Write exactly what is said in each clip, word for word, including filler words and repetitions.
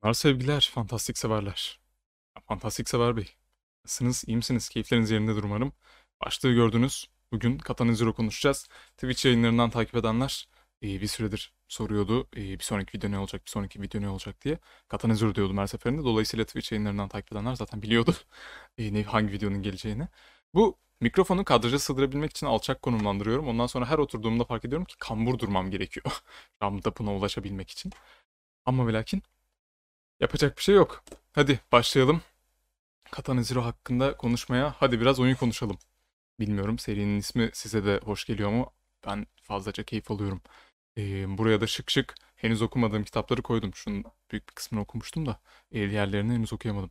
Selamlar sevgiler, fantastik severler. Fantastik sever bey. Nasılsınız, iyi misiniz? Keyifleriniz yerindedir umarım. Başlığı gördünüz. Bugün Katana Zero konuşacağız. Twitch yayınlarından takip edenler e, bir süredir soruyordu. E, bir sonraki video ne olacak, bir sonraki video ne olacak diye. Katana Zero diyordum her seferinde. Dolayısıyla Twitch yayınlarından takip edenler zaten biliyordu e, ne, hangi videonun geleceğini. Bu mikrofonu kadraja sığdırabilmek için alçak konumlandırıyorum. Ondan sonra her oturduğumda fark ediyorum ki kambur durmam gerekiyor. Ramda buna ulaşabilmek için. Ama ve lakin yapacak bir şey yok. Hadi başlayalım. Katana Zero hakkında konuşmaya. Hadi biraz oyun konuşalım. Bilmiyorum serinin ismi size de hoş geliyor mu? Ben fazlaca keyif alıyorum. Ee, buraya da şık şık henüz okumadığım kitapları koydum. Şunun büyük bir kısmını okumuştum da e, diğerlerini henüz okuyamadım.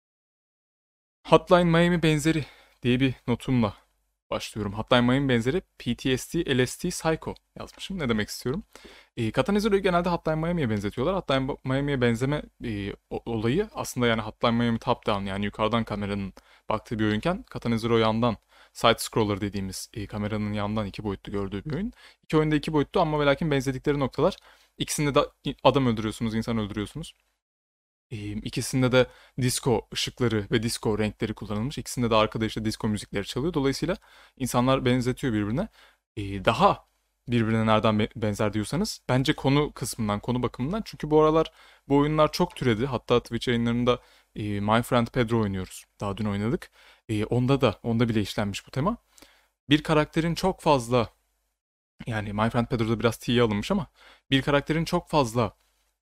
Hotline Miami benzeri diye bir notumla başlıyorum. Hotline Miami benzeri P T S D, L S D, Psycho yazmışım. Ne demek istiyorum? E, Katana Zero'yu genelde Hotline Miami'ye benzetiyorlar. Hotline Miami'ye benzeme e, olayı aslında yani Hotline Miami top down yani yukarıdan kameranın baktığı bir oyunken Katana Zero yandan side scroller dediğimiz e, kameranın yandan iki boyutlu gördüğü bir oyun. İki oyunda iki boyutlu ama ve lakin benzedikleri noktalar. İkisinde de adam öldürüyorsunuz, insan öldürüyorsunuz. Ee, İkisinde de disco ışıkları ve disco renkleri kullanılmış. İkisinde de arkada işte disco müzikleri çalıyor. Dolayısıyla insanlar benzetiyor birbirine. Ee, daha birbirine nereden be- benzer diyorsanız bence konu kısmından, konu bakımından. Çünkü bu aralar bu oyunlar çok türedi. Hatta Twitch yayınlarında e, My Friend Pedro oynuyoruz. Daha dün oynadık. E, onda da, onda bile işlenmiş bu tema. Bir karakterin çok fazla, yani My Friend Pedro'da biraz T'ye alınmış ama bir karakterin çok fazla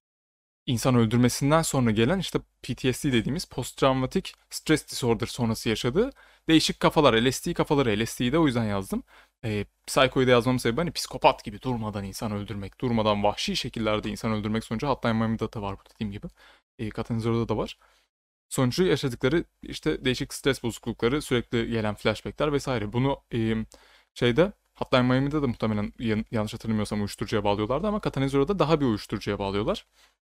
insan öldürmesinden sonra gelen işte P T S D dediğimiz Post Traumatic Stress Disorder sonrası yaşadığı değişik kafalar, L S D kafaları, L S D'yi de o yüzden yazdım. Ee, Psycho'yu da yazmamın sebebi hani psikopat gibi durmadan insan öldürmek, durmadan vahşi şekillerde insan öldürmek sonucu Hotline Miami'de de var bu dediğim gibi. E, Catanzaro'da da var. Sonucu yaşadıkları işte değişik stres bozuklukları, sürekli gelen flashbackler vesaire. Bunu e, şeyde Hotline Miami'de de muhtemelen yan- yanlış hatırlamıyorsam uyuşturucuya bağlıyorlardı ama Catanzaro'da daha bir uyuşturucuya bağlıyorlar.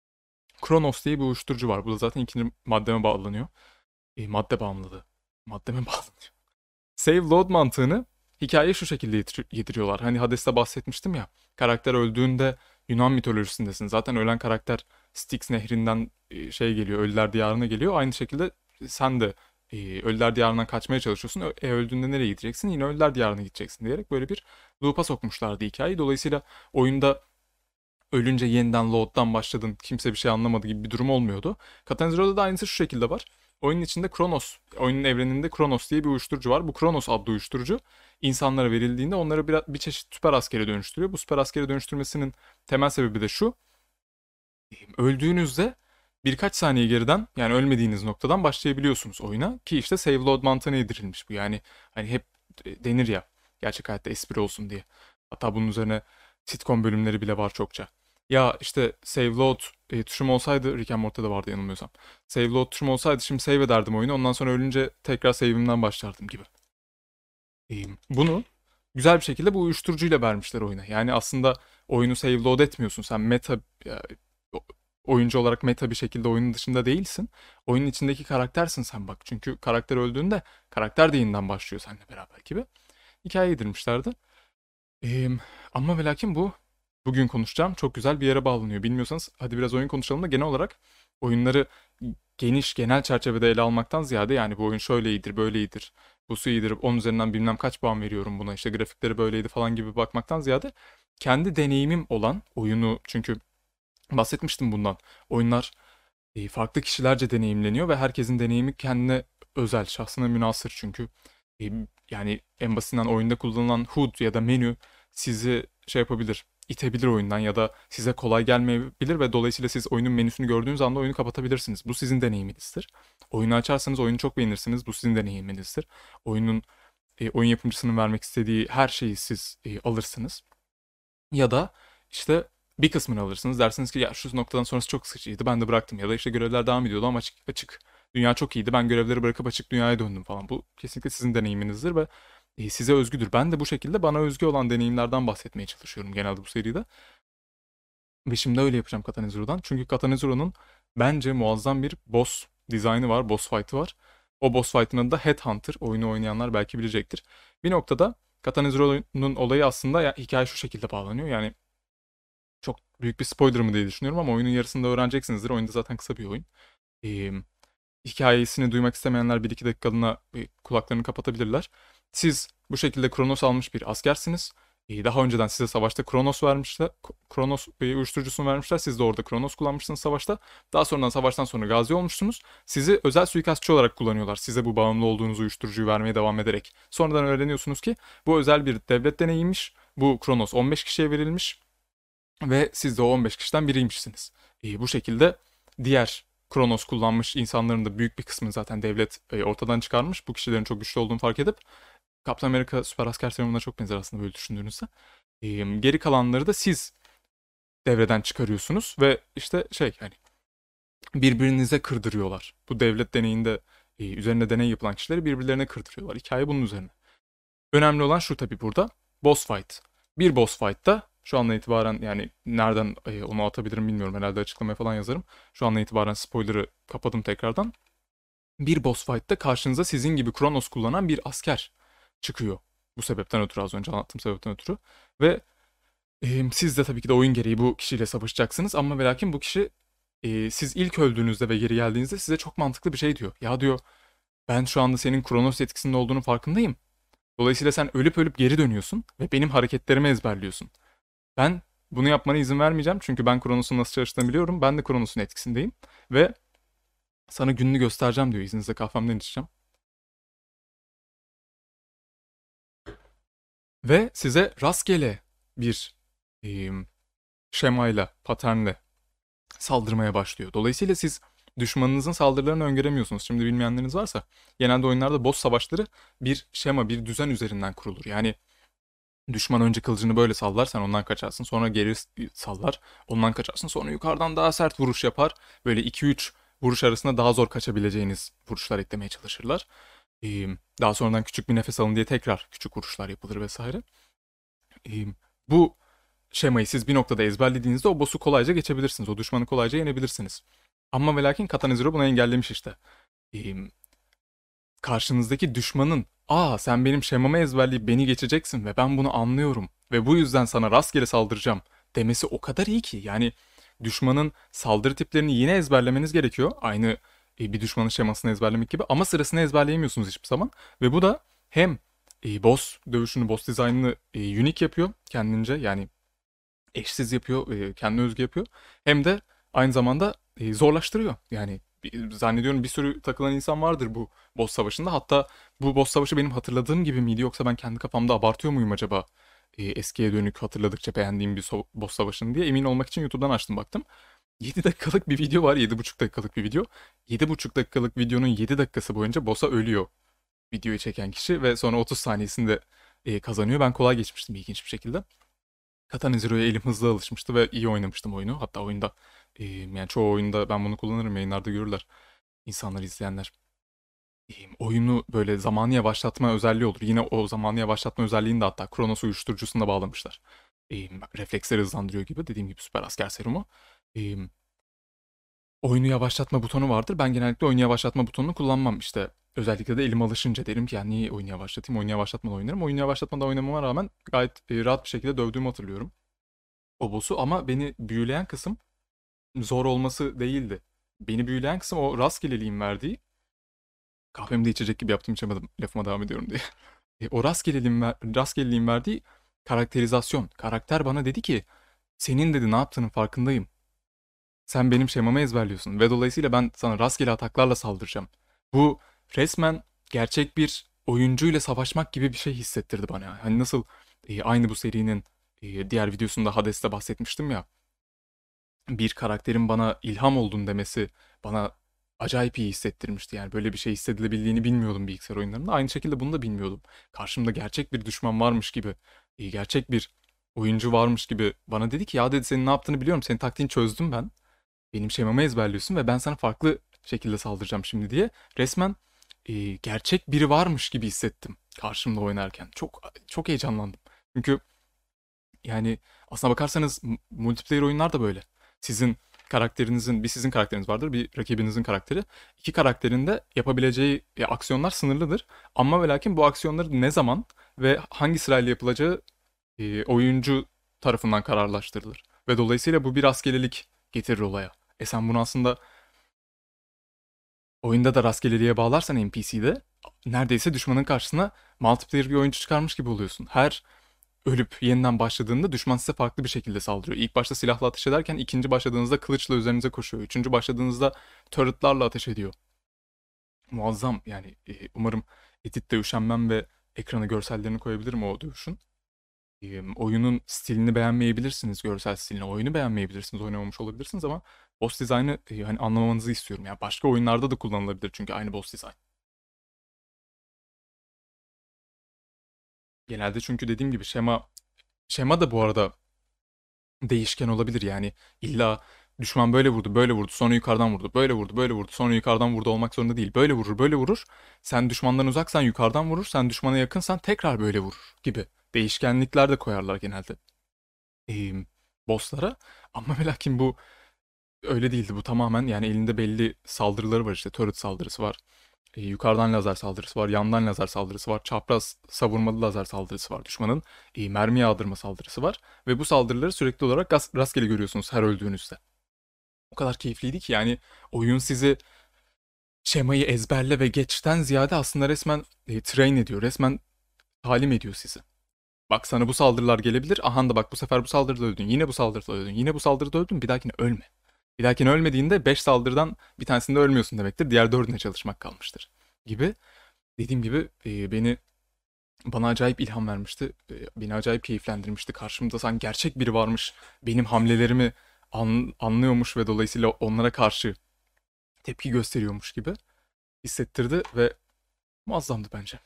Kronos diye bir uyuşturucu var. Bu da zaten ikinci maddeme bağlanıyor. E, madde bağımlılığı. Maddeme bağlanıyor. Save load mantığını hikayeye şu şekilde yedir- yediriyorlar. Hani Hades'te bahsetmiştim ya. Karakter öldüğünde Yunan mitolojisindesin. Zaten ölen karakter Styx nehrinden e, şey geliyor. Ölüler diyarına geliyor. Aynı şekilde sen de e, Ölüler diyarından kaçmaya çalışıyorsun. Ö- E öldüğünde nereye gideceksin? Yine Ölüler diyarına gideceksin diyerek böyle bir loop'a sokmuşlardı hikayeyi. Dolayısıyla oyunda ölünce yeniden load'dan başladın, kimse bir şey anlamadı gibi bir durum olmuyordu. Katana Zero'da da aynısı şu şekilde var. Oyunun içinde Kronos, oyunun evreninde Kronos diye bir uyuşturucu var. Bu Kronos adlı uyuşturucu insanlara verildiğinde onları bir, bir çeşit süper askere dönüştürüyor. Bu süper askere dönüştürmesinin temel sebebi de şu. Öldüğünüzde birkaç saniye geriden yani ölmediğiniz noktadan başlayabiliyorsunuz oyuna. Ki işte save load mantığına yedirilmiş bu. Yani hani hep denir ya gerçek hayatta espri olsun diye. Hatta bunun üzerine sitcom bölümleri bile var çokça. Ya işte save load e, tuşum olsaydı Rick and Morty'de vardı yanılmıyorsam. Save load tuşum olsaydı şimdi save ederdim oyunu. Ondan sonra ölünce tekrar save'imden başlardım gibi. E, bunu güzel bir şekilde bu uyuşturucuyla vermişler oyuna. Yani aslında oyunu save load etmiyorsun. Sen meta ya, oyuncu olarak meta bir şekilde oyunun dışında değilsin. Oyunun içindeki karaktersin sen bak. Çünkü karakter öldüğünde karakter de yeniden başlıyor seninle beraber gibi. Hikaye yedirmişlerdi. Ee, ama ve lakin bu bugün konuşacağım çok güzel bir yere bağlanıyor. Bilmiyorsanız hadi biraz oyun konuşalım da genel olarak oyunları geniş genel çerçevede ele almaktan ziyade yani bu oyun şöyle iyidir, böyle iyidir, busu iyidir, on üzerinden bilmem kaç puan veriyorum buna, işte grafikleri böyleydi falan gibi bakmaktan ziyade kendi deneyimim olan oyunu çünkü bahsetmiştim bundan. Oyunlar e, farklı kişilerce deneyimleniyor ve herkesin deneyimi kendine özel, şahsına münhasır çünkü e, yani en basitinden oyunda kullanılan H U D ya da menü sizi şey yapabilir, itebilir oyundan ya da size kolay gelmeyebilir ve dolayısıyla siz oyunun menüsünü gördüğünüz anda oyunu kapatabilirsiniz. Bu sizin deneyiminizdir. Oyunu açarsanız oyunu çok beğenirsiniz. Bu sizin deneyiminizdir. Oyunun e, oyun yapımcısının vermek istediği her şeyi siz e, alırsınız. Ya da işte bir kısmını alırsınız. Dersiniz ki ya şu noktadan sonrası çok sıkıcıydı. Ben de bıraktım. Ya da işte görevler devam ediyordu ama açık, açık. Dünya çok iyiydi. Ben görevleri bırakıp açık dünyaya döndüm falan. Bu kesinlikle sizin deneyiminizdir ve e, size özgüdür. Ben de bu şekilde bana özgü olan deneyimlerden bahsetmeye çalışıyorum genelde bu seride. Ve şimdi öyle yapacağım Katana Zero'dan. Çünkü Katana Zero'nun bence muazzam bir boss dizaynı var, boss fight'ı var. O boss fight'ın adı da Headhunter. Oyunu oynayanlar belki bilecektir. Bir noktada Katana Zero'nun olayı aslında ya, hikaye şu şekilde bağlanıyor. Yani Çok büyük bir spoiler mı diye düşünüyorum ama oyunun yarısında öğreneceksinizdir. Oyunda zaten kısa bir oyun. Ee, Hikayesini duymak istemeyenler bir iki dakikalığına e, kulaklarını kapatabilirler. Siz bu şekilde Kronos almış bir askersiniz. Ee, Daha önceden size savaşta Kronos vermişler. K- Kronos e, uyuşturucusunu vermişler. Siz de orada Kronos kullanmışsınız savaşta. Daha sonradan savaştan sonra gazi olmuşsunuz. Sizi özel suikastçı olarak kullanıyorlar. Size bu bağımlı olduğunuz uyuşturucuyu vermeye devam ederek. Sonradan öğreniyorsunuz ki bu özel bir devlet deneyiymiş. Bu Kronos on beş kişiye verilmiş. Ve siz de o on beş kişiden biriymişsiniz. E, bu şekilde diğer Kronos kullanmış insanların da büyük bir kısmını zaten devlet e, ortadan çıkarmış. Bu kişilerin çok güçlü olduğunu fark edip Kaptan Amerika Süper Asker Serumuna çok benzer aslında böyle düşündüğünüzde. E, geri kalanları da siz devreden çıkarıyorsunuz ve işte şey yani birbirinize kırdırıyorlar. Bu devlet deneyinde e, üzerinde deney yapılan kişileri birbirlerine kırdırıyorlar. Hikaye bunun üzerine. Önemli olan şu tabii burada. Boss fight. Bir boss fight'ta şu andan itibaren yani nereden e, onu atabilirim bilmiyorum. Herhalde açıklamaya falan yazarım. Şu andan itibaren spoiler'ı kapadım tekrardan. Bir boss fight'ta karşınıza sizin gibi Kronos kullanan bir asker çıkıyor. Bu sebepten ötürü az önce anlattığım sebepten ötürü. Ve e, siz de tabii ki de oyun gereği bu kişiyle savaşacaksınız. Ama ve lakin bu kişi e, siz ilk öldüğünüzde ve geri geldiğinizde size çok mantıklı bir şey diyor. Ya diyor ben şu anda senin Kronos etkisinde olduğunu farkındayım. Dolayısıyla sen ölüp ölüp geri dönüyorsun ve benim hareketlerimi ezberliyorsun. Ben bunu yapmana izin vermeyeceğim çünkü ben Kronos'un nasıl çalıştığını biliyorum. Ben de Kronos'un etkisindeyim ve sana gününü göstereceğim diyor. İzninizle kahvemden içeceğim. Ve size rastgele bir e, şemayla, paternle saldırmaya başlıyor. Dolayısıyla siz düşmanınızın saldırılarını öngöremiyorsunuz. Şimdi bilmeyenleriniz varsa genelde oyunlarda boss savaşları bir şema, bir düzen üzerinden kurulur. Yani düşman önce kılıcını böyle sallar, sen ondan kaçarsın. Sonra geri sallar, ondan kaçarsın. Sonra yukarıdan daha sert vuruş yapar. Böyle iki üç vuruş arasında daha zor kaçabileceğiniz vuruşlar eklemeye çalışırlar. Ee, Daha sonradan küçük bir nefes alın diye tekrar küçük vuruşlar yapılır vesaire. Ee, Bu şemayı siz bir noktada ezberlediğinizde o boss'u kolayca geçebilirsiniz. O düşmanı kolayca yenebilirsiniz. Ama ve lakin Katana Zero bunu engellemiş işte. Ee, Karşınızdaki düşmanın ''Aa sen benim şemamı ezberleyip beni geçeceksin ve ben bunu anlıyorum ve bu yüzden sana rastgele saldıracağım.'' demesi o kadar iyi ki. Yani düşmanın saldırı tiplerini yine ezberlemeniz gerekiyor. Aynı e, bir düşmanın şemasını ezberlemek gibi ama sırasını ezberleyemiyorsunuz hiçbir zaman. Ve bu da hem e, boss dövüşünü, boss dizaynını e, unique yapıyor kendince yani eşsiz yapıyor, e, kendine özgü yapıyor. Hem de aynı zamanda e, zorlaştırıyor. Yani bir- zannediyorum bir sürü takılan insan vardır bu boss savaşında. Hatta bu boss savaşı benim hatırladığım gibi miydi yoksa ben kendi kafamda abartıyor muyum acaba? E, eskiye dönük hatırladıkça beğendiğim bir so- boss savaşını diye emin olmak için YouTube'dan açtım baktım. yedi dakikalık bir video var, yedi buçuk dakikalık bir video. yedi buçuk dakikalık videonun yedi dakikası boyunca boss'a ölüyor videoyu çeken kişi ve sonra otuz saniyesinde e, kazanıyor. Ben kolay geçmiştim ilginç bir şekilde. Katana Zero'ya elim hızlı alışmıştı ve iyi oynamıştım oyunu. Hatta oyunda e, yani çoğu oyunda ben bunu kullanırım, yayınlarda görürler insanlar, izleyenler. E, oyunu böyle zamanı yavaşlatma özelliği olur. Yine o zamanı yavaşlatma özelliğini de hatta Kronos uyuşturucusunda bağlamışlar. E, Refleksleri hızlandırıyor gibi, dediğim gibi süper asker serumu. E, Oyunu yavaşlatma butonu vardır. Ben genellikle oyunu yavaşlatma butonunu kullanmam. İşte özellikle de elim alışınca derim ki yani niye oyunu yavaşlatayım? Oyunu yavaşlatmadan oynarım. Oyunu yavaşlatmadan oynamama rağmen gayet e, rahat bir şekilde dövdüğümü hatırlıyorum o boss'u ama beni büyüleyen kısım zor olması değildi. Beni büyüleyen kısım o rastgeleliğin verdiği, kahvemi de içecek gibi yaptım içemedim lafıma devam ediyorum diye. E, o rastgeleliğin, ver, rastgeleliğin verdiği karakterizasyon. Karakter bana dedi ki senin dedi ne yaptığının farkındayım. Sen benim şemamı ezberliyorsun ve dolayısıyla ben sana rastgele ataklarla saldıracağım. Bu resmen gerçek bir oyuncuyla savaşmak gibi bir şey hissettirdi bana. Hani nasıl e, aynı bu serinin e, diğer videosunda Hades'te bahsetmiştim ya. Bir karakterin bana ilham olduğunu demesi bana acayip iyi hissettirmişti. Yani böyle bir şey hissedilebildiğini bilmiyordum bilgisayar oyunlarında. Aynı şekilde bunu da bilmiyordum. Karşımda gerçek bir düşman varmış gibi, e, gerçek bir oyuncu varmış gibi bana dedi ki ya dedi senin ne yaptığını biliyorum. Senin taktiğini çözdüm ben. Benim şemamı ezberliyorsun ve ben sana farklı şekilde saldıracağım şimdi diye. Resmen e, gerçek biri varmış gibi hissettim karşımda oynarken. Çok çok heyecanlandım. Çünkü yani aslına bakarsanız m- multiplayer oyunlar da böyle. Sizin karakterinizin, bir sizin karakteriniz vardır, bir rakibinizin karakteri. İki karakterin de yapabileceği e, aksiyonlar sınırlıdır. Ama ve lakin bu aksiyonları ne zaman ve hangi sırayla yapılacağı e, oyuncu tarafından kararlaştırılır. Ve dolayısıyla bu bir rastgelelik getirir olaya. E sen bunu aslında oyunda da rastgeleliğe bağlarsan N P C'de neredeyse düşmanın karşısına multiplayer bir oyuncu çıkarmış gibi oluyorsun. Her ölüp yeniden başladığında düşman size farklı bir şekilde saldırıyor. İlk başta silahla ateş ederken ikinci başladığınızda kılıçla üzerinize koşuyor. Üçüncü başladığınızda turretlarla ateş ediyor. Muazzam yani, e, umarım editte üşenmem ve ekrana görsellerini koyabilirim o dövüşün. E, oyunun stilini beğenmeyebilirsiniz, görsel stilini. Oyunu beğenmeyebilirsiniz, oynamamış olabilirsiniz ama boss dizaynı e, hani anlamamanızı istiyorum. Yani başka oyunlarda da kullanılabilir çünkü aynı boss dizayn. Genelde çünkü dediğim gibi şema şema da bu arada değişken olabilir yani. İlla düşman böyle vurdu, böyle vurdu, sonra yukarıdan vurdu, böyle vurdu, böyle vurdu, sonra yukarıdan vurdu olmak zorunda değil. Böyle vurur, böyle vurur. Sen düşmandan uzaksan yukarıdan vurur, sen düşmana yakınsan tekrar böyle vurur gibi. Değişkenlikler de koyarlar genelde ee, bosslara. Ama ve lakin bu öyle değildi. Bu tamamen yani elinde belli saldırıları var işte. Turret saldırısı var. E, yukarıdan lazer saldırısı var. Yandan lazer saldırısı var. Çapraz savurmalı lazer saldırısı var düşmanın. E, mermi yağdırma saldırısı var. Ve bu saldırıları sürekli olarak gas- rastgele görüyorsunuz her öldüğünüzde. O kadar keyifliydi ki yani oyun sizi şemayı ezberle ve geçten ziyade aslında resmen e, train ediyor. Resmen talim ediyor sizi. Bak sana bu saldırılar gelebilir. Aha da bak bu sefer bu saldırıda öldün. Yine bu saldırıda öldün. Yine bu saldırıda öldün. Bir dahakine ölme. Bir dahakine ölmediğinde beş saldırıdan bir tanesinde ölmüyorsun demektir. Diğer dördüne çalışmak kalmıştır. Gibi. Dediğim gibi e, beni bana acayip ilham vermişti. E, beni acayip keyiflendirmişti. Karşımda sanki gerçek biri varmış. Benim hamlelerimi an- anlıyormuş ve dolayısıyla onlara karşı tepki gösteriyormuş gibi hissettirdi ve muazzamdı bence.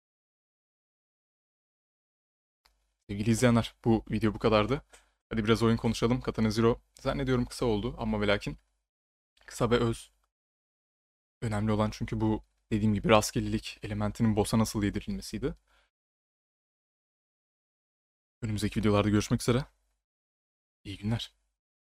Sevgili izleyenler, bu video bu kadardı. Hadi biraz oyun konuşalım. Katana Zero zannediyorum kısa oldu ama ve lakin kısa ve öz. Önemli olan çünkü bu dediğim gibi rastgelelik elementinin boss'a nasıl yedirilmesiydi. Önümüzdeki videolarda görüşmek üzere. İyi günler.